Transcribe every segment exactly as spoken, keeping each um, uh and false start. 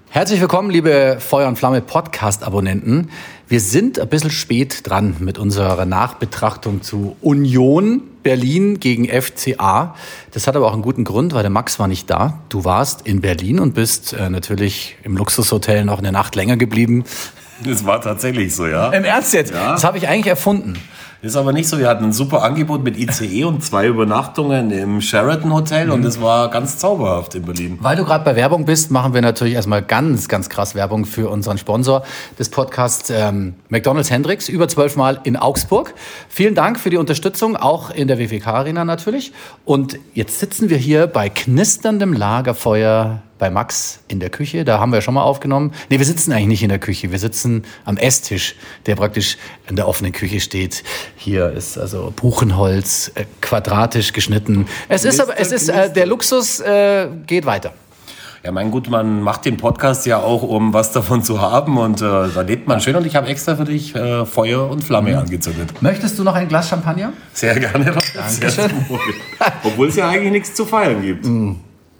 Herzlich willkommen, liebe Feuer und Flamme Podcast-Abonnenten. Wir sind ein bisschen spät dran mit unserer Nachbetrachtung zu Union Berlin gegen F C A. Das hat aber auch einen guten Grund, weil der Max war nicht da. Du warst in Berlin und bist äh, natürlich im Luxushotel noch eine Nacht länger geblieben. Das war tatsächlich so, ja. Im Ernst jetzt? Ja. Das habe ich eigentlich erfunden. Ist aber nicht so. Wir hatten ein super Angebot mit I C E und zwei Übernachtungen im Sheraton Hotel mhm. und es war ganz zauberhaft in Berlin. Weil du gerade bei Werbung bist, machen wir natürlich erstmal ganz, ganz krass Werbung für unseren Sponsor des Podcasts ähm, McDonald's Hendricks, über zwölf Mal in Augsburg. Vielen Dank für die Unterstützung, auch in der W W K-Arena natürlich. Und jetzt sitzen wir hier bei knisterndem Lagerfeuer bei Max in der Küche. Da haben wir schon mal aufgenommen. Nee, wir sitzen eigentlich nicht in der Küche. Wir sitzen am Esstisch, der praktisch in der offenen Küche steht. Hier ist also Buchenholz, äh, quadratisch geschnitten. Es ist aber, es ist, äh, der Luxus äh, geht weiter. Ja, mein Gut, man macht den Podcast ja auch, um was davon zu haben und äh, da lebt man schön und ich habe extra für dich äh, Feuer und Flamme mhm. angezündet. Möchtest du noch ein Glas Champagner? Sehr gerne. Dankeschön. Obwohl es ja eigentlich nichts zu feiern gibt. Mhm.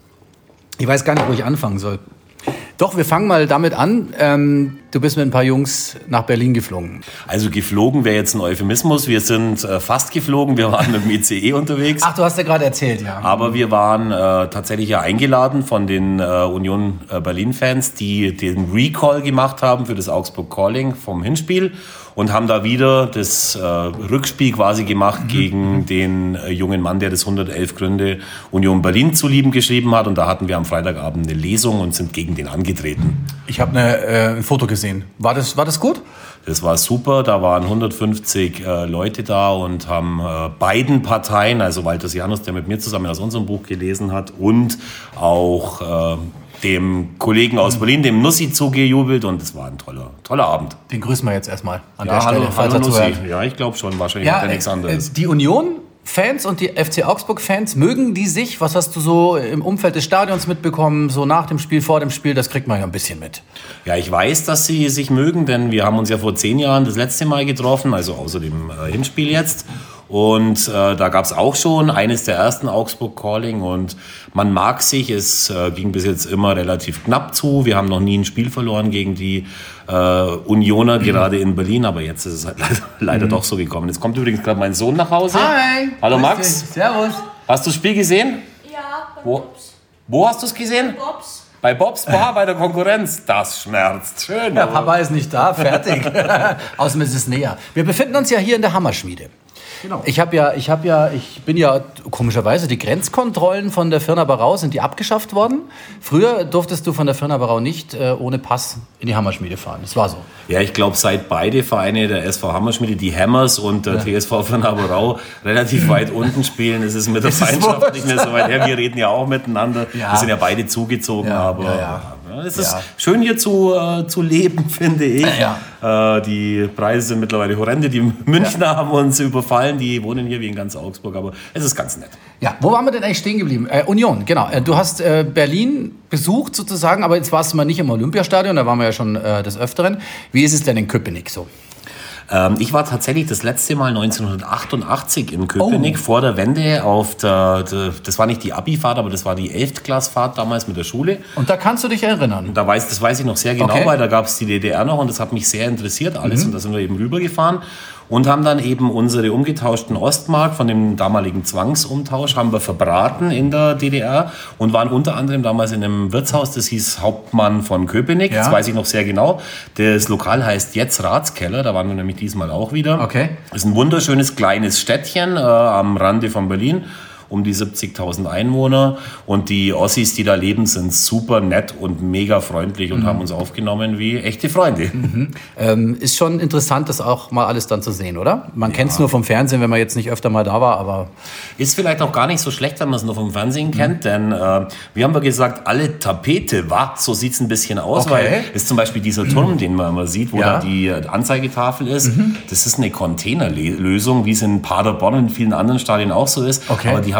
Ich weiß gar nicht, wo ich anfangen soll. Doch, wir fangen mal damit an. Ähm, du bist mit ein paar Jungs nach Berlin geflogen. Also geflogen wäre jetzt ein Euphemismus. Wir sind äh, fast geflogen. Wir waren mit dem I C E unterwegs. Ach, du hast ja gerade erzählt, ja. Aber wir waren äh, tatsächlich ja eingeladen von den äh, Union äh, Berlin-Fans, die den Recall gemacht haben für das Augsburg Calling vom Hinspiel. Und haben da wieder das äh, Rückspiel quasi gemacht mhm. gegen den äh, jungen Mann, der das hundertelf Gründe Union Berlin zu lieben geschrieben hat. Und da hatten wir am Freitagabend eine Lesung und sind gegen den angetreten. Ich habe äh, ein Foto gesehen. War das, war das gut? Das war super. Da waren hundertfünfzig äh, Leute da und haben äh, beiden Parteien, also Walter Janus, der mit mir zusammen aus unserem Buch gelesen hat, und auch... Äh, dem Kollegen aus Berlin, dem Nussi, zugejubelt und es war ein toller, toller Abend. Den grüßen wir jetzt erstmal an ja, der hallo, Stelle. Hallo Nussi. Ja, ich glaube schon, wahrscheinlich ja, hat er nichts anderes. Die Union-Fans und die F C Augsburg-Fans, mögen die sich? Was hast du so im Umfeld des Stadions mitbekommen, so nach dem Spiel, vor dem Spiel? Das kriegt man ja ein bisschen mit. Ja, ich weiß, dass sie sich mögen, denn wir haben uns ja vor zehn Jahren das letzte Mal getroffen, also außer dem äh, Hinspiel jetzt. Und äh, da gab es auch schon eines der ersten Augsburg Calling und man mag sich, es äh, ging bis jetzt immer relativ knapp zu. Wir haben noch nie ein Spiel verloren gegen die äh, Unioner, mhm. gerade in Berlin, aber jetzt ist es halt leider, leider mhm. doch so gekommen. Jetzt kommt übrigens gerade mein Sohn nach Hause. Hi! Hallo Max. Servus. Hast du das Spiel gesehen? Ja, bei Wo, Bobs. Wo hast du es gesehen? Bei Bobs. Bei Bobs Bar, bei der Konkurrenz. Das schmerzt. Schön. Ja, Papa ist nicht da, fertig. Außerdem ist es näher. Wir befinden uns ja hier in der Hammerschmiede. Genau. Ich habe ja, ich habe ja, ich bin ja komischerweise, die Grenzkontrollen von der Firna Barau, sind die abgeschafft worden. Früher durftest du von der Firna Barau nicht äh, ohne Pass in die Hammerschmiede fahren. Das war so. Ja, ich glaube, seit beide Vereine, der S V Hammerschmiede, die Hammers und der ja. T S V Firna Barau, relativ weit unten spielen, ist es mit der Feindschaft nicht mehr so weit her. Wir reden ja auch miteinander. Ja. Wir sind ja beide zugezogen, ja, aber ja, ja. Ja, es ist ja. schön hier zu, äh, zu leben, finde ich. Ja. Äh, die Preise sind mittlerweile horrende. Die Münchner ja. haben uns überfallen. Die wohnen hier wie in ganz Augsburg, aber es ist ganz nett. Ja, wo waren wir denn eigentlich stehen geblieben? Äh, Union, genau. Äh, du hast äh, Berlin besucht sozusagen, aber jetzt warst du mal nicht im Olympiastadion, da waren wir ja schon äh, des Öfteren. Wie ist es denn in Köpenick so? Ähm, ich war tatsächlich das letzte Mal neunzehnhundertachtundachtzig in Köpenick, oh. vor der Wende. Auf der, der, das war nicht die Abi-Fahrt, aber das war die Elftklässfahrt damals mit der Schule. Und da kannst du dich erinnern? Da weiß, das weiß ich noch sehr genau, okay. weil da gab es die D D R noch und das hat mich sehr interessiert alles. Mhm. Und da sind wir eben rübergefahren. Und haben dann eben unsere umgetauschten Ostmark von dem damaligen Zwangsumtausch haben wir verbraten in der D D R und waren unter anderem damals in einem Wirtshaus, das hieß Hauptmann von Köpenick, ja. das weiß ich noch sehr genau. Das Lokal heißt jetzt Ratskeller, da waren wir nämlich diesmal auch wieder. Okay. Das ist ein wunderschönes kleines Städtchen äh, am Rande von Berlin. Um die siebzigtausend Einwohner und die Ossis, die da leben, sind super nett und mega freundlich und mhm. haben uns aufgenommen wie echte Freunde. Mhm. Ähm, ist schon interessant, das auch mal alles dann zu sehen, oder? Man ja. kennt es nur vom Fernsehen, wenn man jetzt nicht öfter mal da war, aber... Ist vielleicht auch gar nicht so schlecht, wenn man es nur vom Fernsehen mhm. kennt, denn äh, wir haben ja gesagt, alle Tapete, wa? So sieht es ein bisschen aus, okay. weil ist zum Beispiel dieser Turm, mhm. den man immer sieht, wo ja. da die Anzeigetafel ist, mhm. das ist eine Containerlösung, wie es in Paderborn und in vielen anderen Stadien auch so ist, okay. aber die haben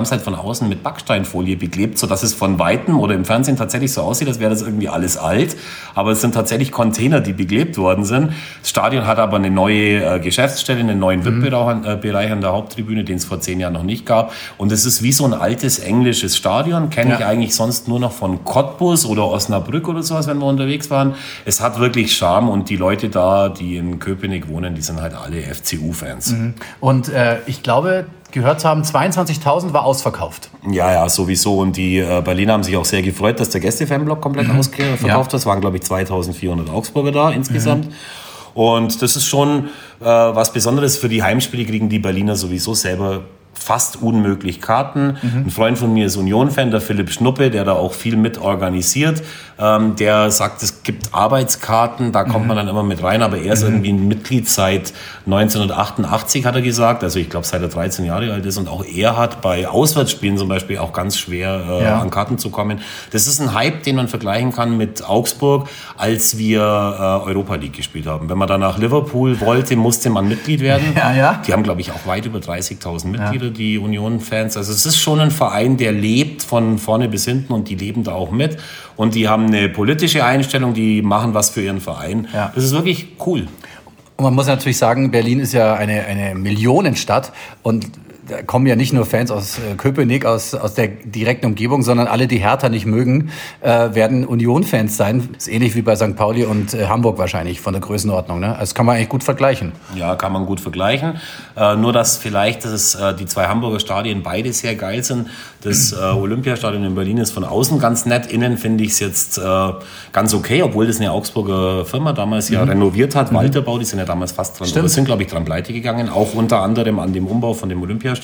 haben es halt von außen mit Backsteinfolie beklebt, sodass es von Weitem oder im Fernsehen tatsächlich so aussieht, als wäre das irgendwie alles alt. Aber es sind tatsächlich Container, die beklebt worden sind. Das Stadion hat aber eine neue äh, Geschäftsstelle, einen neuen V I P-Bereich an der Haupttribüne, den es vor zehn Jahren noch nicht gab. Und es ist wie so ein altes englisches Stadion. Kenne ja. ich eigentlich sonst nur noch von Cottbus oder Osnabrück oder sowas, wenn wir unterwegs waren. Es hat wirklich Charme und die Leute da, die in Köpenick wohnen, die sind halt alle F C U-Fans. Mhm. Und äh, ich glaube, gehört zu haben, zweiundzwanzigtausend war ausverkauft. Ja, ja, sowieso. Und die äh, Berliner haben sich auch sehr gefreut, dass der Gäste-Fanblock komplett mhm. ausverkauft ja. ist. Es waren, glaube ich, zweitausendvierhundert Augsburger da insgesamt. Mhm. Und das ist schon äh, was Besonderes. Für die Heimspiele kriegen die Berliner sowieso selber fast unmöglich Karten. Mhm. Ein Freund von mir ist Union-Fan, der Philipp Schnuppe, der da auch viel mit organisiert. Ähm, der sagt, es gibt Arbeitskarten, da kommt mhm. man dann immer mit rein, aber er ist mhm. irgendwie ein Mitglied seit neunzehnhundertachtundachtzig, hat er gesagt. Also ich glaube, seit er dreizehn Jahre alt ist. Und auch er hat bei Auswärtsspielen zum Beispiel auch ganz schwer äh, ja. an Karten zu kommen. Das ist ein Hype, den man vergleichen kann mit Augsburg, als wir äh, Europa League gespielt haben. Wenn man dann nach Liverpool wollte, musste man Mitglied werden. Ja, ja. Die haben, glaube ich, auch weit über dreißigtausend Mitglieder. Ja. Die Union-Fans. Also es ist schon ein Verein, der lebt von vorne bis hinten und die leben da auch mit. Und die haben eine politische Einstellung, die machen was für ihren Verein. Ja. Das ist wirklich cool. Und man muss natürlich sagen, Berlin ist ja eine, eine Millionenstadt und da kommen ja nicht nur Fans aus äh, Köpenick, aus, aus der direkten Umgebung, sondern alle, die Hertha nicht mögen, äh, werden Union-Fans sein. Das ist ähnlich wie bei Sankt Pauli und äh, Hamburg wahrscheinlich von der Größenordnung. Ne? Also das kann man eigentlich gut vergleichen. Ja, kann man gut vergleichen. Äh, nur, dass vielleicht dass, äh, die zwei Hamburger Stadien beide sehr geil sind. Das äh, Olympiastadion in Berlin ist von außen ganz nett. Innen finde ich es jetzt äh, ganz okay, obwohl das eine Augsburger Firma damals mhm. ja renoviert hat. Mhm. Walterbau, die sind ja damals fast dran. Stimmt. Sind, glaube ich, dran pleite gegangen. Auch unter anderem an dem Umbau von dem Olympiastadion.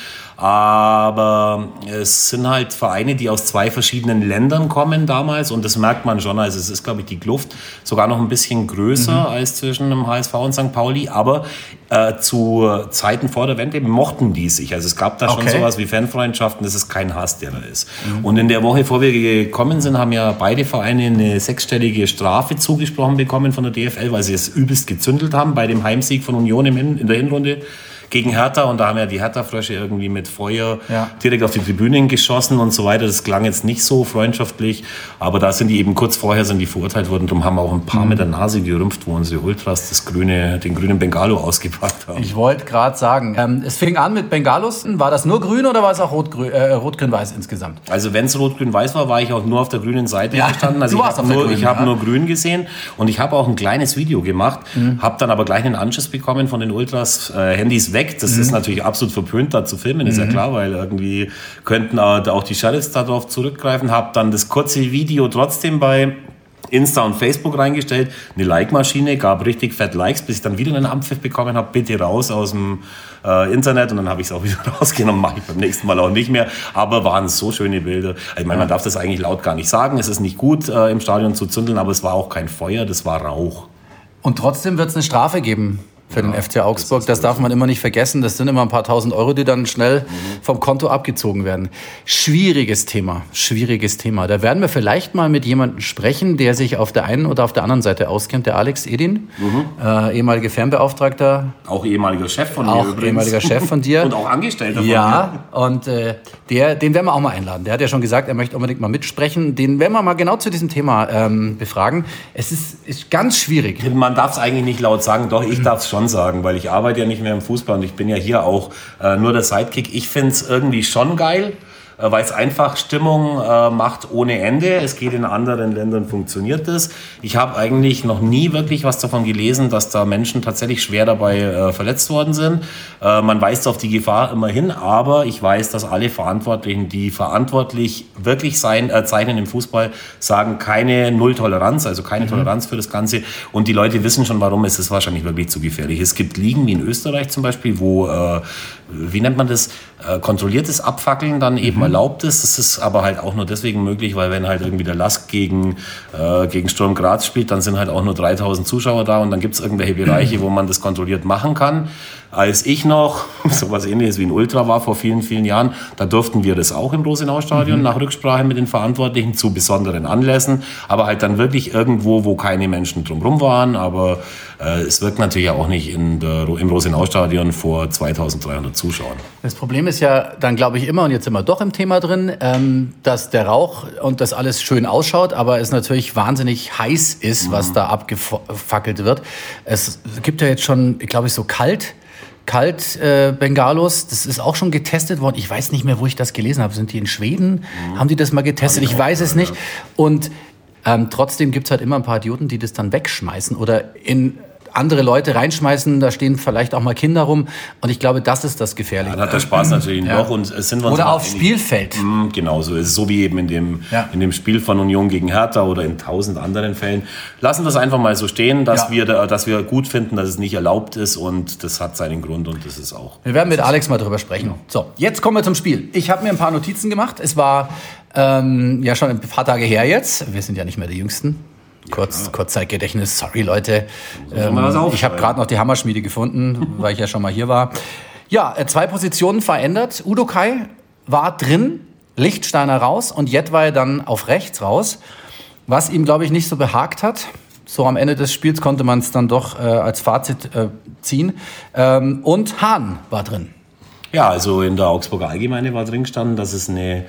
Aber es sind halt Vereine, die aus zwei verschiedenen Ländern kommen damals und das merkt man schon. Also es ist, glaube ich, die Kluft sogar noch ein bisschen größer mhm. als zwischen dem H S V und Sankt Pauli. Aber äh, zu Zeiten vor der Wende mochten die sich. Also es gab da schon okay. sowas wie Fanfreundschaften. Das ist kein Hass, der da ist. Mhm. Und in der Woche, vor wir gekommen sind, haben ja beide Vereine eine sechsstellige Strafe zugesprochen bekommen von der D F L, weil sie es übelst gezündelt haben bei dem Heimsieg von Union im Hin- in der Hinrunde gegen Hertha. Und da haben ja die Hertha-Frösche irgendwie mit Feuer ja. direkt auf die Tribünen geschossen und so weiter. Das klang jetzt nicht so freundschaftlich, aber da sind die eben kurz vorher sind die verurteilt worden. Darum haben auch ein paar mhm. mit der Nase gerümpft, wo unsere Ultras das grüne, den grünen Bengalo ausgepackt haben. Ich wollte gerade sagen, ähm, es fing an mit Bengalos. War das nur grün oder war es auch rot-grün, äh, rot-grün-weiß insgesamt? Also wenn es rot-grün-weiß war, war ich auch nur auf der grünen Seite ja. gestanden. Also du ich warst habe auf der nur, grünen, ich hab ja. nur grün gesehen und ich habe auch ein kleines Video gemacht, mhm. habe dann aber gleich einen Anschiss bekommen von den Ultras, äh, Handys weg. Das mhm. ist natürlich absolut verpönt, da zu filmen, ist mhm. ja klar, weil irgendwie könnten auch die Sheriffs darauf zurückgreifen. Habe dann das kurze Video trotzdem bei Insta und Facebook reingestellt, eine Like-Maschine, gab richtig fett Likes, bis ich dann wieder einen Ampfiff bekommen habe, bitte raus aus dem äh, Internet und dann habe ich es auch wieder rausgenommen, mache ich beim nächsten Mal auch nicht mehr, aber waren so schöne Bilder. Ich meine, man darf das eigentlich laut gar nicht sagen, es ist nicht gut äh, im Stadion zu zündeln, aber es war auch kein Feuer, das war Rauch. Und trotzdem wird es eine Strafe geben für ja, den F C Augsburg. Das, das darf man immer nicht vergessen. Das sind immer ein paar tausend Euro, die dann schnell mhm. vom Konto abgezogen werden. Schwieriges Thema, schwieriges Thema. Da werden wir vielleicht mal mit jemandem sprechen, der sich auf der einen oder auf der anderen Seite auskennt. Der Alex Edin, mhm. äh, ehemaliger Fernbeauftragter. Auch ehemaliger Chef von mir auch übrigens. ehemaliger Chef von dir. Und auch Angestellter von ja, mir. Ja, und äh, der, den werden wir auch mal einladen. Der hat ja schon gesagt, er möchte unbedingt mal mitsprechen. Den werden wir mal genau zu diesem Thema ähm, befragen. Es ist, ist ganz schwierig. Man darf es eigentlich nicht laut sagen, doch, ich darf es schon sagen, weil ich arbeite ja nicht mehr im Fußball und ich bin ja hier auch äh, nur der Sidekick. Ich finde es irgendwie schon geil, äh, weil es einfach Stimmung äh, macht ohne Ende. Es geht in anderen Ländern, funktioniert das. Ich habe eigentlich noch nie wirklich was davon gelesen, dass da Menschen tatsächlich schwer dabei äh, verletzt worden sind. Äh, man weist auf die Gefahr immer hin, aber ich weiß, dass alle Verantwortlichen, die verantwortlich wirklich sein, äh, zeichnen im Fußball, sagen keine Null-Toleranz, also keine mhm. Toleranz für das Ganze. Und die Leute wissen schon, warum. Es ist wahrscheinlich wirklich zu gefährlich. Es gibt Ligen wie in Österreich zum Beispiel, wo, äh, wie nennt man das, äh, kontrolliertes Abfackeln dann eben mhm. erlaubt ist. Das ist aber halt auch nur deswegen möglich, weil wenn halt irgendwie der Lask gegen, äh, gegen Sturm Graz spielt, dann sind halt auch nur dreitausend Zuschauer da und dann gibt es irgendwelche Bereiche, wo man das kontrolliert machen kann. Als ich noch sowas Ähnliches wie ein Ultra war vor vielen, vielen Jahren, da durften wir das auch im Rosenau-Stadion mhm. nach Rücksprache mit den Verantwortlichen zu besonderen Anlässen, aber halt dann wirklich irgendwo, wo keine Menschen drumherum waren. Aber äh, es wirkt natürlich auch nicht in der, im Rosenau-Stadion vor zweitausenddreihundert Zuschauern. Das Problem ist ja dann, glaube ich, immer, und jetzt sind wir doch im Thema drin, ähm, dass der Rauch und das alles schön ausschaut, aber es natürlich wahnsinnig heiß ist, mhm. was da abgefackelt wird. Es gibt ja jetzt schon, glaube ich, so kalt Kalt äh, Bengalos, das ist auch schon getestet worden. Ich weiß nicht mehr, wo ich das gelesen habe. Sind die in Schweden? Mhm. Haben die das mal getestet? Ich weiß es nicht. Und ähm, trotzdem gibt es halt immer ein paar Idioten, die das dann wegschmeißen oder in andere Leute reinschmeißen. Da stehen vielleicht auch mal Kinder rum. Und ich glaube, das ist das Gefährliche. Ja, dann hat der Spaß natürlich ja. noch. Und es sind wir oder aufs Spielfeld. Mh, genau so ist es. So wie eben in dem, ja. in dem Spiel von Union gegen Hertha oder in tausend anderen Fällen. Lassen wir es einfach mal so stehen, dass, ja. wir, da, dass wir gut finden, dass es nicht erlaubt ist. Und das hat seinen Grund und das ist auch. Wir werden mit Alex mal drüber sprechen. So, jetzt kommen wir zum Spiel. Ich habe mir ein paar Notizen gemacht. Es war ähm, ja schon ein paar Tage her jetzt. Wir sind ja nicht mehr die Jüngsten. Kurz, ja. Kurzzeitgedächtnis, sorry Leute. Ähm, ich habe gerade noch die Hammerschmiede gefunden, weil ich ja schon mal hier war. Ja, zwei Positionen verändert. Udokai war drin, Lichtsteiner raus und Jedwai dann auf rechts raus, was ihm, glaube ich, nicht so behagt hat. So am Ende des Spiels konnte man es dann doch äh, als Fazit äh, ziehen. Ähm, und Hahn war drin. Ja, also in der Augsburger Allgemeine war drin gestanden, dass es eine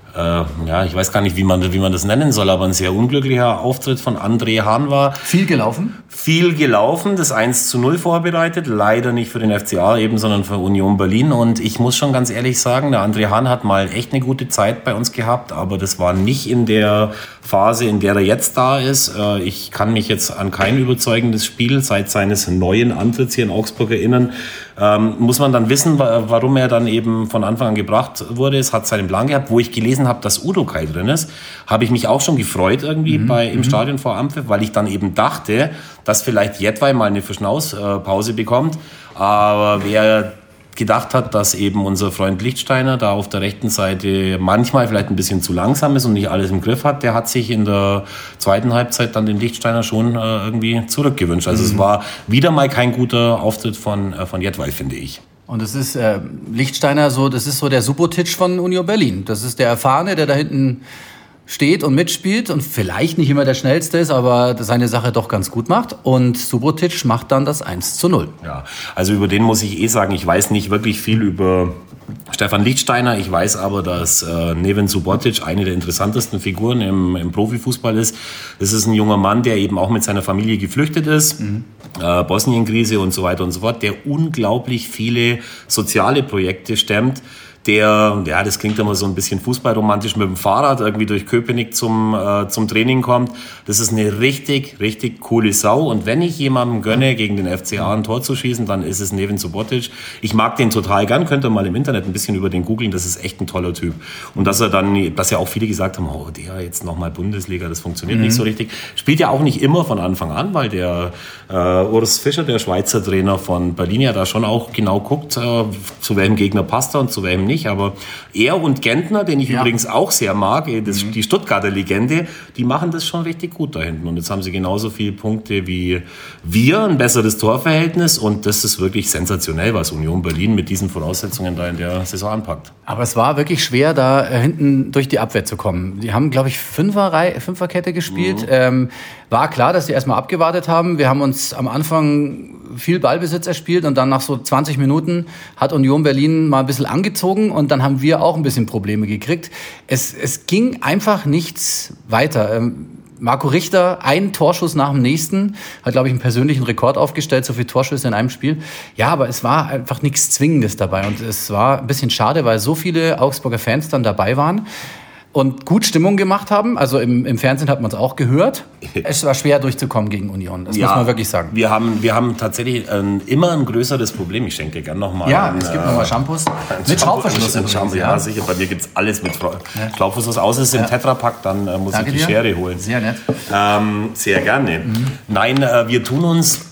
ja, ich weiß gar nicht, wie man, wie man das nennen soll, aber ein sehr unglücklicher Auftritt von André Hahn war. Viel gelaufen? Viel gelaufen, das eins zu null vorbereitet, leider nicht für den F C A eben, sondern für Union Berlin. Und ich muss schon ganz ehrlich sagen, der André Hahn hat mal echt eine gute Zeit bei uns gehabt, aber das war nicht in der Phase, in der er jetzt da ist. Ich kann mich jetzt an kein überzeugendes Spiel seit seines neuen Antritts hier in Augsburg erinnern. Ähm, muss man dann wissen, warum er dann eben von Anfang an gebracht wurde. Es hat seinen Plan gehabt. Wo ich gelesen habe, dass Udokai drin ist, habe ich mich auch schon gefreut irgendwie mhm. bei, im mhm. Stadion vor Ampfiff, weil ich dann eben dachte, dass vielleicht Jedwai mal eine Verschnaufpause bekommt. Aber wer gedacht hat, dass eben unser Freund Lichtsteiner da auf der rechten Seite manchmal vielleicht ein bisschen zu langsam ist und nicht alles im Griff hat, der hat sich in der zweiten Halbzeit dann den Lichtsteiner schon äh, irgendwie zurückgewünscht. Also mhm. es war wieder mal kein guter Auftritt von, äh, von Jedwai, finde ich. Und das ist äh, Lichtsteiner so, das ist so der Subotic von Union Berlin. Das ist der Erfahrene, der da hinten steht und mitspielt und vielleicht nicht immer der Schnellste ist, aber seine Sache doch ganz gut macht. Und Subotic macht dann das eins zu null. Ja, also über den muss ich eh sagen, ich weiß nicht wirklich viel über Stefan Lichtsteiner. Ich weiß aber, dass äh, Neven Subotic eine der interessantesten Figuren im, im Profifußball ist. Das ist ein junger Mann, der eben auch mit seiner Familie geflüchtet ist. Mhm. Äh, Bosnienkrise und so weiter und so fort, der unglaublich viele soziale Projekte stemmt. Der, ja, das klingt immer so ein bisschen fußballromantisch, mit dem Fahrrad irgendwie durch Köpenick zum, äh, zum Training kommt. Das ist eine richtig, richtig coole Sau. Und wenn ich jemandem gönne, gegen den F C A ein Tor zu schießen, dann ist es Neven Subotic. Ich mag den total gern, könnt ihr mal im Internet ein bisschen über den googeln. Das ist echt ein toller Typ. Und dass er dann, dass ja auch viele gesagt haben, oh, der jetzt nochmal Bundesliga, das funktioniert mhm. nicht so richtig. Spielt ja auch nicht immer von Anfang an, weil der äh, Urs Fischer, der Schweizer Trainer von Berlin, ja da schon auch genau guckt, äh, zu welchem Gegner passt er und zu welchem nicht. Aber er und Gentner, den ich ja. übrigens auch sehr mag, das, mhm. die Stuttgarter Legende, die machen das schon richtig gut da hinten. Und jetzt haben sie genauso viele Punkte wie wir, ein besseres Torverhältnis. Und das ist wirklich sensationell, was Union Berlin mit diesen Voraussetzungen da in der Saison anpackt. Aber es war wirklich schwer, da hinten durch die Abwehr zu kommen. Die haben, glaube ich, Fünferrei- Fünferkette gespielt. Mhm. Ähm, war klar, dass die erstmal abgewartet haben. Wir haben uns am Anfang viel Ballbesitz erspielt und dann nach so zwanzig Minuten hat Union Berlin mal ein bisschen angezogen und dann haben wir auch ein bisschen Probleme gekriegt. Es, es ging einfach nichts weiter. Ähm, Marco Richter, ein Torschuss nach dem nächsten, hat, glaube ich, einen persönlichen Rekord aufgestellt, so viele Torschüsse in einem Spiel. Ja, aber es war einfach nichts Zwingendes dabei und es war ein bisschen schade, weil so viele Augsburger Fans dann dabei waren und gut Stimmung gemacht haben. Also im, im Fernsehen hat man es auch gehört. Es war schwer durchzukommen gegen Union, das ja, muss man wirklich sagen. Wir haben, wir haben tatsächlich ein, immer ein größeres Problem. Ich schenke gerne nochmal. Ja, ein, es gibt äh, nochmal Shampoos. Mit Schraubverschluss. Shampoo, ja, ja, sicher. Bei mir gibt es alles mit ja. Schraubverschluss. Außer es ist im ja. Tetrapack, dann äh, muss Danke ich die dir. Schere holen. Sehr nett. Ähm, sehr gerne. Mhm. Nein, äh, wir tun uns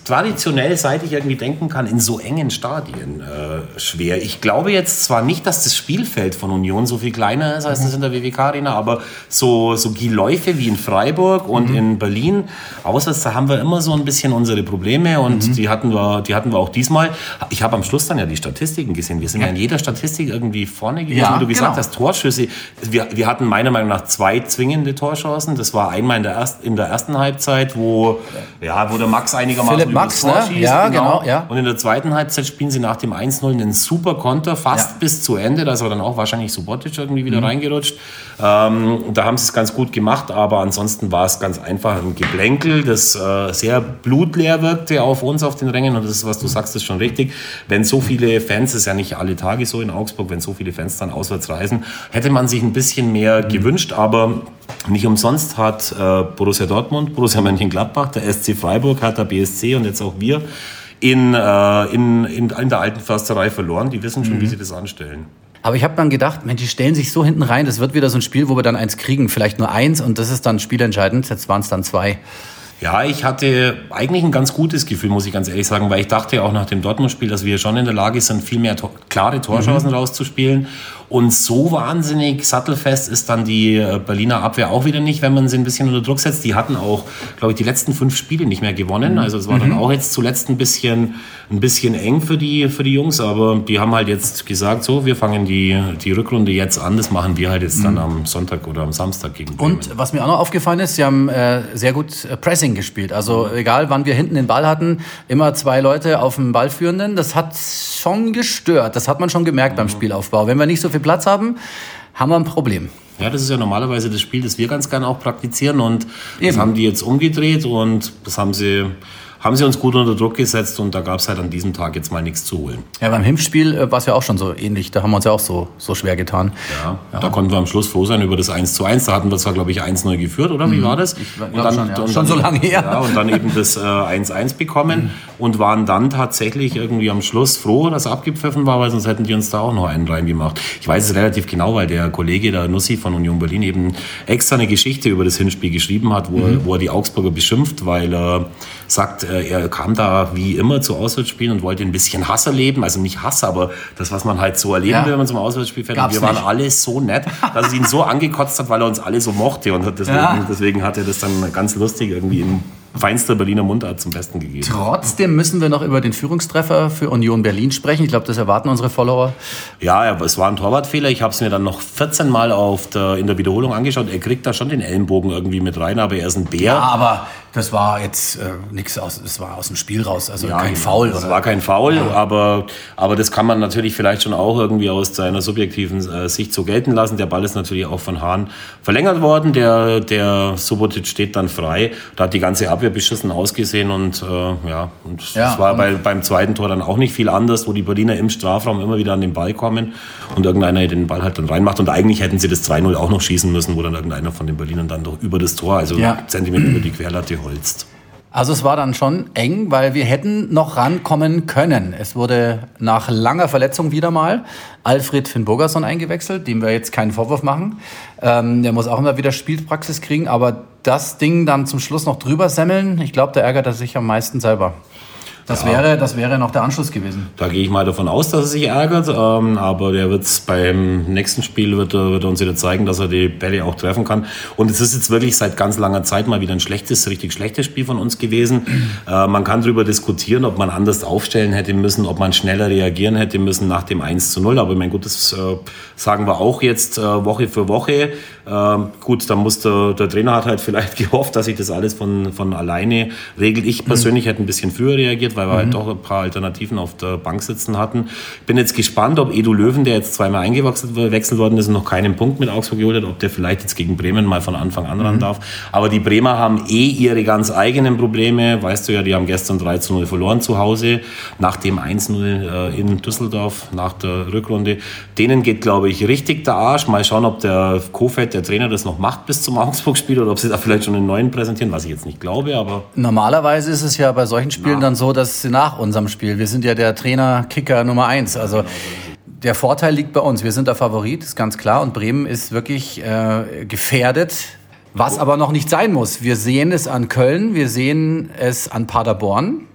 traditionell, seit ich irgendwie denken kann, in so engen Stadien äh, schwer. Ich glaube jetzt zwar nicht, dass das Spielfeld von Union so viel kleiner ist als das in der W W K-Arena, aber so, so Läufe wie in Freiburg und mhm. in Berlin, auswärts, da haben wir immer so ein bisschen unsere Probleme und mhm. die, hatten wir, die hatten wir auch diesmal. Ich habe am Schluss dann ja die Statistiken gesehen. Wir sind ja, ja in jeder Statistik irgendwie vorne gewesen, ja, wie du gesagt genau. hast, Torschüsse. Wir, wir hatten meiner Meinung nach zwei zwingende Torchancen. Das war einmal in der, erst, in der ersten Halbzeit, wo, ja, wo der Max einigermaßen Philipp Max, Tor schießt, ne? Ja, genau. genau ja. Und in der zweiten Halbzeit spielen sie nach dem eins null einen super Konter, fast ja. bis zu Ende. Da ist aber dann auch wahrscheinlich Subotic irgendwie wieder mhm. reingerutscht. Ähm, da haben sie es ganz gut gemacht, aber ansonsten war es ganz einfach ein Geplänkel, das äh, sehr blutleer wirkte auf uns auf den Rängen. Und das ist, was du sagst, ist schon richtig. Wenn so viele Fans, das ist ja nicht alle Tage so in Augsburg, wenn so viele Fans dann auswärts reisen, hätte man sich ein bisschen mehr mhm. gewünscht, aber nicht umsonst hat äh, Borussia Dortmund, Borussia Mönchengladbach, der S C Freiburg, Hertha B S C und jetzt auch wir in, äh, in, in, in der alten Försterei verloren. Die wissen schon, mhm. wie sie das anstellen. Aber ich habe dann gedacht, Mensch, die stellen sich so hinten rein, das wird wieder so ein Spiel, wo wir dann eins kriegen, vielleicht nur eins und das ist dann spielentscheidend. Jetzt waren es dann zwei. Ja, ich hatte eigentlich ein ganz gutes Gefühl, muss ich ganz ehrlich sagen, weil ich dachte auch nach dem Dortmund-Spiel, dass wir schon in der Lage sind, viel mehr to- klare Torchancen mhm. rauszuspielen. Und so wahnsinnig sattelfest ist dann die Berliner Abwehr auch wieder nicht, wenn man sie ein bisschen unter Druck setzt. Die hatten auch, glaube ich, die letzten fünf Spiele nicht mehr gewonnen. Also es war dann auch jetzt zuletzt ein bisschen, ein bisschen eng für die, für die Jungs. Aber die haben halt jetzt gesagt, so, wir fangen die, die Rückrunde jetzt an. Das machen wir halt jetzt dann am Sonntag oder am Samstag gegen Bremen. Und was mir auch noch aufgefallen ist, sie haben äh, sehr gut äh, Pressing gespielt. Also egal, wann wir hinten den Ball hatten, immer zwei Leute auf dem Ballführenden. Das hat schon gestört. Das hat man schon gemerkt mhm. beim Spielaufbau. Wenn wir nicht so viel Platz haben, haben wir ein Problem. Ja, das ist ja normalerweise das Spiel, das wir ganz gerne auch praktizieren und Eben. das haben die jetzt umgedreht und das haben sie, haben sie uns gut unter Druck gesetzt und da gab es halt an diesem Tag jetzt mal nichts zu holen. Ja, beim Hinspiel äh, war es ja auch schon so ähnlich, da haben wir uns ja auch so, so schwer getan. Ja, ja, da konnten wir am Schluss froh sein über das eins zu eins, da hatten wir zwar, glaube ich, eins null geführt, oder wie mhm. war das? Ich und dann, schon, ja. und schon dann, so lange her. Ja, und dann eben das äh, eins eins bekommen mhm. und waren dann tatsächlich irgendwie am Schluss froh, dass abgepfiffen war, weil sonst hätten die uns da auch noch einen reingemacht. Ich weiß es relativ genau, weil der Kollege, der Nussi von Union Berlin, eben extra eine Geschichte über das Hinspiel geschrieben hat, wo, mhm. er, wo er die Augsburger beschimpft, weil er sagt, äh, er kam da wie immer zu Auswärtsspielen und wollte ein bisschen Hass erleben. Also nicht Hass, aber das, was man halt so erleben ja. will, wenn man zum Auswärtsspiel fährt. Und wir waren nicht. alle so nett, dass es ihn so angekotzt hat, weil er uns alle so mochte. Und deswegen, ja. deswegen hat er das dann ganz lustig irgendwie in feinster Berliner Mundart zum Besten gegeben. Trotzdem müssen wir noch über den Führungstreffer für Union Berlin sprechen. Ich glaube, das erwarten unsere Follower. Ja, es war ein Torwartfehler. Ich habe es mir dann noch vierzehn Mal auf der, in der Wiederholung angeschaut. Er kriegt da schon den Ellenbogen irgendwie mit rein, aber er ist ein Bär. Ja, aber das war jetzt äh, nichts aus, das war aus dem Spiel raus, also ja, kein Foul. Es war kein Foul, ja. aber, aber das kann man natürlich vielleicht schon auch irgendwie aus seiner subjektiven äh, Sicht so gelten lassen. Der Ball ist natürlich auch von Hahn verlängert worden. Der, der Subotic steht dann frei. Da hat die ganze Abwehr beschissen ausgesehen und äh, ja, und es ja, war bei, beim zweiten Tor dann auch nicht viel anders, wo die Berliner im Strafraum immer wieder an den Ball kommen und irgendeiner den Ball halt dann reinmacht und eigentlich hätten sie das zwei null auch noch schießen müssen, wo dann irgendeiner von den Berlinern dann doch über das Tor, also ja. Zentimeter über die Querlatte holzt. Also es war dann schon eng, weil wir hätten noch rankommen können. Es wurde nach langer Verletzung wieder mal Alfred Finn-Burgerson eingewechselt, dem wir jetzt keinen Vorwurf machen. Ähm, der muss auch immer wieder Spielpraxis kriegen, aber das Ding dann zum Schluss noch drüber semmeln, ich glaube, da ärgert er sich am meisten selber. Das, ja. wäre, das wäre noch der Anschluss gewesen. Da gehe ich mal davon aus, dass er sich ärgert. Ähm, aber der wird's beim nächsten Spiel wird er, wird er uns wieder zeigen, dass er die Bälle auch treffen kann. Und es ist jetzt wirklich seit ganz langer Zeit mal wieder ein schlechtes, richtig schlechtes Spiel von uns gewesen. Äh, man kann darüber diskutieren, ob man anders aufstellen hätte müssen, ob man schneller reagieren hätte müssen nach dem eins zu null. Aber mein Gott, das äh, sagen wir auch jetzt äh, Woche für Woche. Äh, gut, dann muss der, der Trainer hat halt vielleicht gehofft, dass sich das alles von, von alleine regelt. Ich persönlich mhm. hätte ein bisschen früher reagiert, weil wir mhm. halt doch ein paar Alternativen auf der Bank sitzen hatten. Bin jetzt gespannt, ob Edu Löwen, der jetzt zweimal eingewechselt worden ist und noch keinen Punkt mit Augsburg geholt hat, ob der vielleicht jetzt gegen Bremen mal von Anfang an ran mhm. darf. Aber die Bremer haben eh ihre ganz eigenen Probleme. Weißt du ja, die haben gestern drei zu null verloren zu Hause, nach dem eins null äh, in Düsseldorf, nach der Rückrunde. Denen geht, glaube ich, richtig der Arsch. Mal schauen, ob der Kofeld, der Trainer, das noch macht bis zum Augsburg-Spiel oder ob sie da vielleicht schon einen neuen präsentieren, was ich jetzt nicht glaube. Aber normalerweise ist es ja bei solchen Spielen Na. dann so, dass sie nach unserem Spiel, wir sind ja der Trainer-Kicker Nummer eins, also der Vorteil liegt bei uns, wir sind der Favorit, ist ganz klar und Bremen ist wirklich äh, gefährdet, was aber noch nicht sein muss. Wir sehen es an Köln, wir sehen es an Paderborn.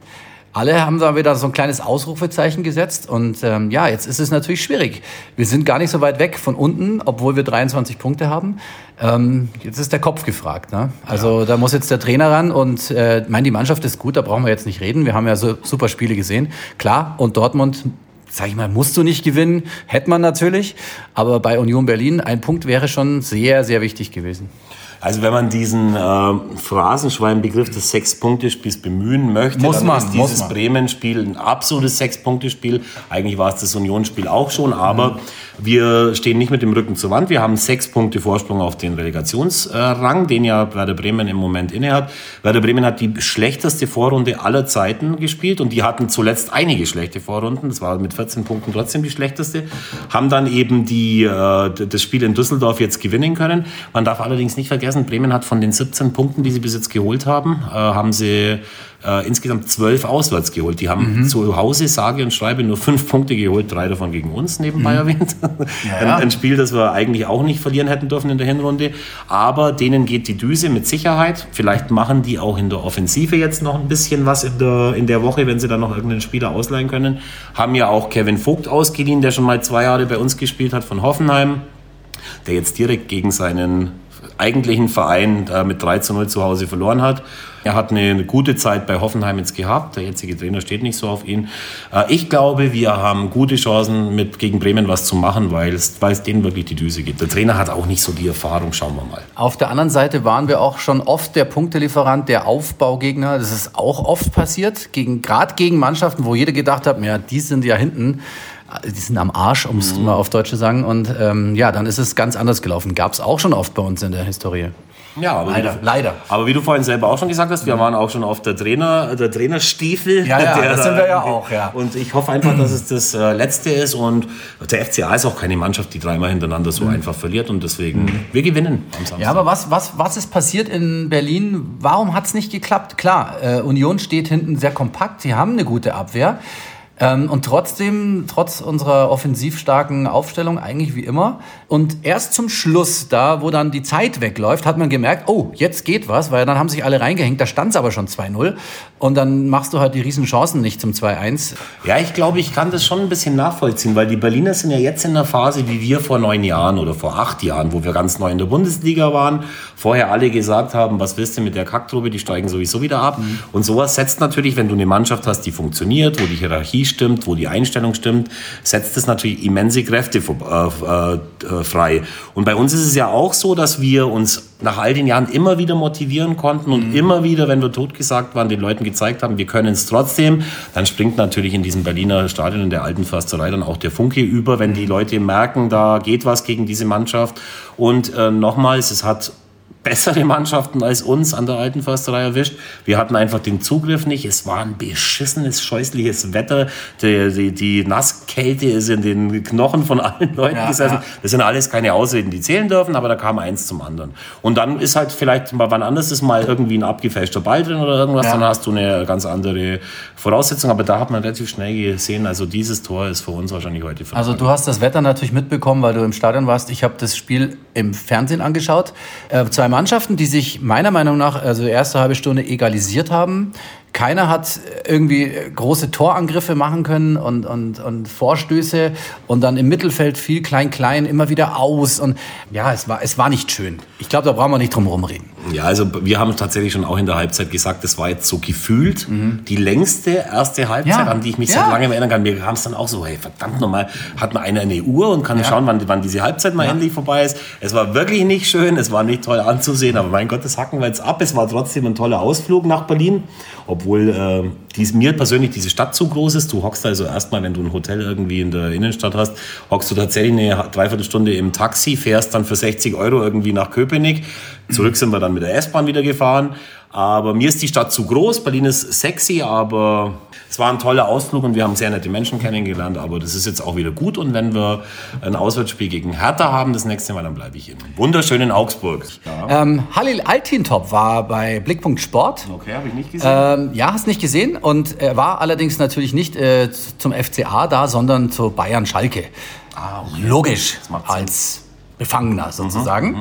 Alle haben da wieder so ein kleines Ausrufezeichen gesetzt und ähm, ja, jetzt ist es natürlich schwierig. Wir sind gar nicht so weit weg von unten, obwohl wir dreiundzwanzig Punkte haben. Ähm, jetzt ist der Kopf gefragt. Ne? Also ja. Da muss jetzt der Trainer ran und äh, meine, die Mannschaft ist gut, da brauchen wir jetzt nicht reden. Wir haben ja so super Spiele gesehen. Klar, und Dortmund, sag ich mal, musst du nicht gewinnen, hätte man natürlich. Aber bei Union Berlin, ein Punkt wäre schon sehr, sehr wichtig gewesen. Also wenn man diesen äh, Phrasenschwein-Begriff des Sechs-Punkte-Spiels bemühen möchte, muss dann man, ist dieses Bremen-Spiel ein absolutes Sechs-Punkte-Spiel. Eigentlich war es das Union-Spiel auch schon, aber mhm. wir stehen nicht mit dem Rücken zur Wand. Wir haben sechs Punkte Vorsprung auf den Relegationsrang, den ja Werder Bremen im Moment innehat. Werder Bremen hat die schlechteste Vorrunde aller Zeiten gespielt und die hatten zuletzt einige schlechte Vorrunden. Das war mit vierzehn Punkten trotzdem die schlechteste. Haben dann eben die, äh, das Spiel in Düsseldorf jetzt gewinnen können. Man darf allerdings nicht vergessen, Bremen hat von den siebzehn Punkten, die sie bis jetzt geholt haben, äh, haben sie äh, insgesamt zwölf auswärts geholt. Die haben mhm. zu Hause, sage und schreibe, nur fünf Punkte geholt, drei davon gegen uns, nebenbei mhm. erwähnt. Ja, ja. Ein, ein Spiel, das wir eigentlich auch nicht verlieren hätten dürfen in der Hinrunde. Aber denen geht die Düse mit Sicherheit. Vielleicht machen die auch in der Offensive jetzt noch ein bisschen was in der, in der Woche, wenn sie dann noch irgendeinen Spieler ausleihen können. Haben ja auch Kevin Vogt ausgeliehen, der schon mal zwei Jahre bei uns gespielt hat, von Hoffenheim, der jetzt direkt gegen seinen eigentlichen Verein äh, mit drei zu null zu Hause verloren hat. Er hat eine, eine gute Zeit bei Hoffenheim jetzt gehabt. Der jetzige Trainer steht nicht so auf ihn. Äh, ich glaube, wir haben gute Chancen, mit gegen Bremen was zu machen, weil es, weil es denen wirklich die Düse gibt. Der Trainer hat auch nicht so die Erfahrung, schauen wir mal. Auf der anderen Seite waren wir auch schon oft der Punktelieferant, der Aufbaugegner. Das ist auch oft passiert, gegen, gerade gegen Mannschaften, wo jeder gedacht hat, ja, die sind ja hinten. Die sind am Arsch, um es mhm. mal auf Deutsch zu sagen. Und ähm, ja, dann ist es ganz anders gelaufen. Gab es auch schon oft bei uns in der Historie. Ja, aber leider, wie du, leider. Aber wie du vorhin selber auch schon gesagt hast, wir waren auch schon auf der Trainer, der Trainerstiefel. Ja, ja, der das sind wir ja auch, ja. Und ich hoffe einfach, dass es das äh, Letzte ist. Und der F C A ist auch keine Mannschaft, die dreimal hintereinander so mhm. einfach verliert. Und deswegen, mhm. wir gewinnen am Samstag. Ja, aber was, was, was ist passiert in Berlin? Warum hat es nicht geklappt? Klar, äh, Union steht hinten sehr kompakt. Sie haben eine gute Abwehr. Ähm, und trotzdem, trotz unserer offensiv starken Aufstellung, eigentlich wie immer. Und erst zum Schluss, da wo dann die Zeit wegläuft, hat man gemerkt, oh, jetzt geht was, weil dann haben sich alle reingehängt, da stand es aber schon zwei null. Und dann machst du halt die riesen Chancen nicht zum zwei eins. Ja, ich glaube, ich kann das schon ein bisschen nachvollziehen, weil die Berliner sind ja jetzt in der Phase wie wir vor neun Jahren oder vor acht Jahren, wo wir ganz neu in der Bundesliga waren, vorher alle gesagt haben, was willst du mit der Kacktruppe, die steigen sowieso wieder ab. Mhm. Und sowas setzt natürlich, wenn du eine Mannschaft hast, die funktioniert, wo die Hierarchie stimmt, wo die Einstellung stimmt, setzt es natürlich immense Kräfte äh, äh, frei. Und bei uns ist es ja auch so, dass wir uns nach all den Jahren immer wieder motivieren konnten und mhm. immer wieder, wenn wir totgesagt waren, den Leuten gezeigt haben, wir können es trotzdem. Dann springt natürlich in diesem Berliner Stadion in der Alten Försterei dann auch der Funke über, wenn die Leute merken, da geht was gegen diese Mannschaft. Und äh, nochmals, es hat bessere Mannschaften als uns an der Alten Försterei erwischt. Wir hatten einfach den Zugriff nicht. Es war ein beschissenes, scheußliches Wetter. Die, die, die Nasskälte ist in den Knochen von allen Leuten ja, gesessen. Ja. Das sind alles keine Ausreden, die zählen dürfen, aber da kam eins zum anderen. Und dann ist halt vielleicht mal wann anders ist mal irgendwie ein abgefälschter Ball drin oder irgendwas, ja. Dann hast du eine ganz andere Voraussetzung. Aber da hat man relativ schnell gesehen, also dieses Tor ist für uns wahrscheinlich heute für Also du hast das Wetter natürlich mitbekommen, weil du im Stadion warst. Ich habe das Spiel im Fernsehen angeschaut. Äh, zwei Mannschaften, die sich meiner Meinung nach, also erste halbe Stunde egalisiert haben. Keiner hat irgendwie große Torangriffe machen können und, und, und Vorstöße und dann im Mittelfeld viel klein-klein, immer wieder aus. Und ja, es war, es war nicht schön. Ich glaube, da brauchen wir nicht drum herum reden. Ja, also wir haben tatsächlich schon auch in der Halbzeit gesagt, das war jetzt so gefühlt mhm. die längste erste Halbzeit, ja. an die ich mich ja. seit langem erinnern kann. Wir haben es dann auch so, hey, verdammt nochmal, hat man einer eine Uhr und kann ja. schauen, wann, wann diese Halbzeit mal ja. endlich vorbei ist. Es war wirklich nicht schön, es war nicht toll anzusehen, aber mein Gott, das hacken wir jetzt ab. Es war trotzdem ein toller Ausflug nach Berlin. Obwohl äh, dies, mir persönlich diese Stadt zu groß ist. Du hockst also erstmal, wenn du ein Hotel irgendwie in der Innenstadt hast, hockst du tatsächlich eine Dreiviertelstunde im Taxi, fährst dann für sechzig Euro irgendwie nach Köpenick. Zurück sind wir dann mit der S-Bahn wieder gefahren. Aber mir ist die Stadt zu groß. Berlin ist sexy, aber es war ein toller Ausflug und wir haben sehr nette Menschen kennengelernt. Aber das ist jetzt auch wieder gut. Und wenn wir ein Auswärtsspiel gegen Hertha haben, das nächste Mal, dann bleibe ich in wunderschönen Augsburg. Ja. Ähm, Halil Altintop war bei Blickpunkt Sport. Okay, habe ich nicht gesehen. Ähm, ja, hast nicht gesehen. Und er war allerdings natürlich nicht äh, zum F C A da, sondern zu Bayern Schalke. Ah, okay. Logisch, als Befangener sozusagen. Mhm,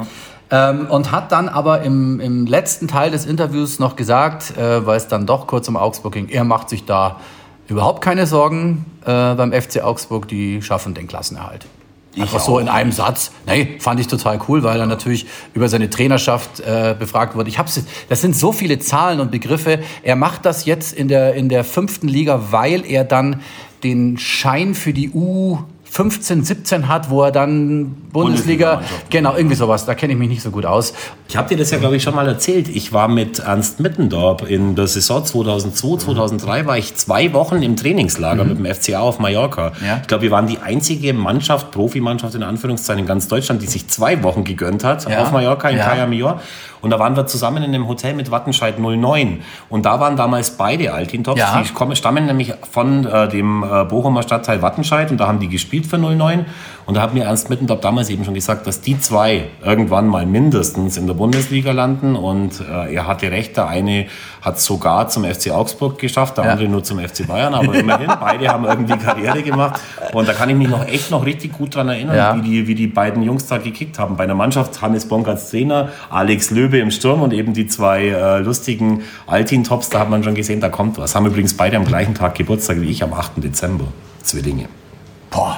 Ähm, und hat dann aber im, im letzten Teil des Interviews noch gesagt, äh, weil es dann doch kurz um Augsburg ging, er macht sich da überhaupt keine Sorgen äh, beim F C Augsburg, die schaffen den Klassenerhalt. Ich Einfach so in einem Satz. Nee, fand ich total cool, weil er natürlich über seine Trainerschaft äh, befragt wurde. Ich hab's, das sind so viele Zahlen und Begriffe. Er macht das jetzt in der, in der fünften Liga, weil er dann den Schein für die U fünfzehn, siebzehn hat, wo er dann Bundesliga, genau, irgendwie sowas, da kenne ich mich nicht so gut aus. Ich habe dir das ja, glaube ich, schon mal erzählt. Ich war mit Ernst Mittendorf in der Saison zweitausendzwei, zweitausenddrei, war ich zwei Wochen im Trainingslager mhm. mit dem F C A auf Mallorca. Ja. Ich glaube, wir waren die einzige Mannschaft, Profimannschaft in Anführungszeichen in ganz Deutschland, die sich zwei Wochen gegönnt hat ja. auf Mallorca in ja. Caja Major. Und da waren wir zusammen in einem Hotel mit Wattenscheid null neun. Und da waren damals beide Altintops. Ja. Die kommen, stammen nämlich von äh, dem äh, Bochumer Stadtteil Wattenscheid. Und da haben die gespielt für null neun. Und da hat mir Ernst Mittendorf damals eben schon gesagt, dass die zwei irgendwann mal mindestens in der Bundesliga landen. Und äh, er hatte recht, der eine hat sogar zum F C Augsburg geschafft, der ja. andere nur zum F C Bayern. Aber immerhin, beide haben irgendwie Karriere gemacht. Und da kann ich mich noch echt noch richtig gut dran erinnern, ja. wie, die, wie die beiden Jungs da gekickt haben. Bei einer Mannschaft Hannes Bonk als Trainer, Alex Löbe im Sturm und eben die zwei äh, lustigen Altin-Tops, da hat man schon gesehen, da kommt was. Haben übrigens beide am gleichen Tag Geburtstag wie ich, am achten Dezember. Zwillinge. Boah.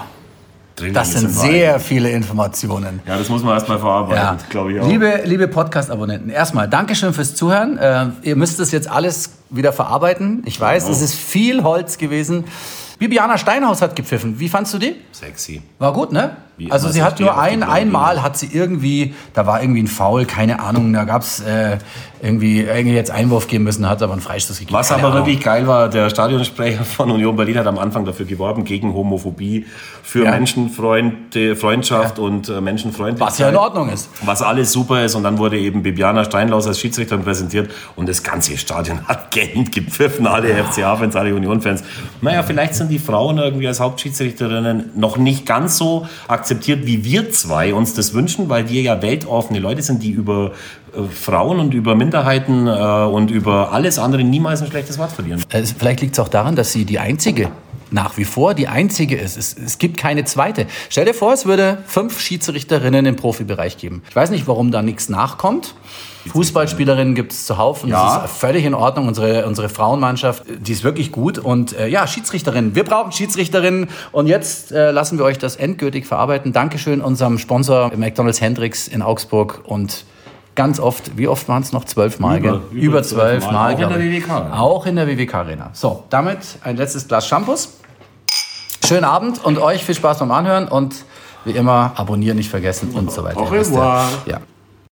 Das sind sehr viele Informationen. Ja, das muss man erstmal verarbeiten, ja. glaube ich auch. Liebe, liebe Podcast-Abonnenten, erstmal Dankeschön fürs Zuhören. Äh, ihr müsst das jetzt alles wieder verarbeiten. Ich weiß, es ist viel Holz gewesen. Bibiana Steinhaus hat gepfiffen. Wie fandst du die? Sexy. War gut, ne? Wie also sie hat nur ein, einmal hat sie irgendwie, da war irgendwie ein Foul, keine Ahnung, da gab es äh, irgendwie, irgendwie jetzt Einwurf geben müssen, hat aber einen Freistoß gegeben. Was aber Ahnung. wirklich geil war, der Stadionsprecher von Union Berlin hat am Anfang dafür geworben, gegen Homophobie, für ja. Menschenfreund, Freundschaft ja. und äh, Menschenfreundlichkeit. Was ja in Ordnung ist. Was alles super ist und dann wurde eben Bibiana Steinhaus als Schiedsrichterin präsentiert und das ganze Stadion hat gellend gepfiffen, alle ja. F C A-Fans, alle Union-Fans. Naja, vielleicht sind die Frauen irgendwie als Hauptschiedsrichterinnen noch nicht ganz so akzeptiert, wie wir zwei uns das wünschen, weil wir ja weltoffene Leute sind, die über äh, Frauen und über Minderheiten äh, und über alles andere niemals ein schlechtes Wort verlieren. Also vielleicht liegt es auch daran, dass sie die einzige, nach wie vor die einzige ist. Es, es gibt keine zweite. Stell dir vor, es würde fünf Schiedsrichterinnen im Profibereich geben. Ich weiß nicht, warum da nichts nachkommt. Fußballspielerinnen gibt es zuhauf und ja. das ist völlig in Ordnung. Unsere, unsere Frauenmannschaft, die ist wirklich gut. Und äh, ja, Schiedsrichterinnen. Wir brauchen Schiedsrichterinnen. Und jetzt äh, lassen wir euch das endgültig verarbeiten. Dankeschön unserem Sponsor McDonald's Hendricks in Augsburg. Und ganz oft, wie oft waren es noch? Zwölf Mal, über, gell? Über, über zwölf Mal, Mal auch in der W W K. Ja. Auch in der W W K-Arena. So, damit ein letztes Glas Shampoos. Schönen Abend und euch viel Spaß beim Anhören. Und wie immer, abonnieren nicht vergessen und so weiter. Au revoir. Ja.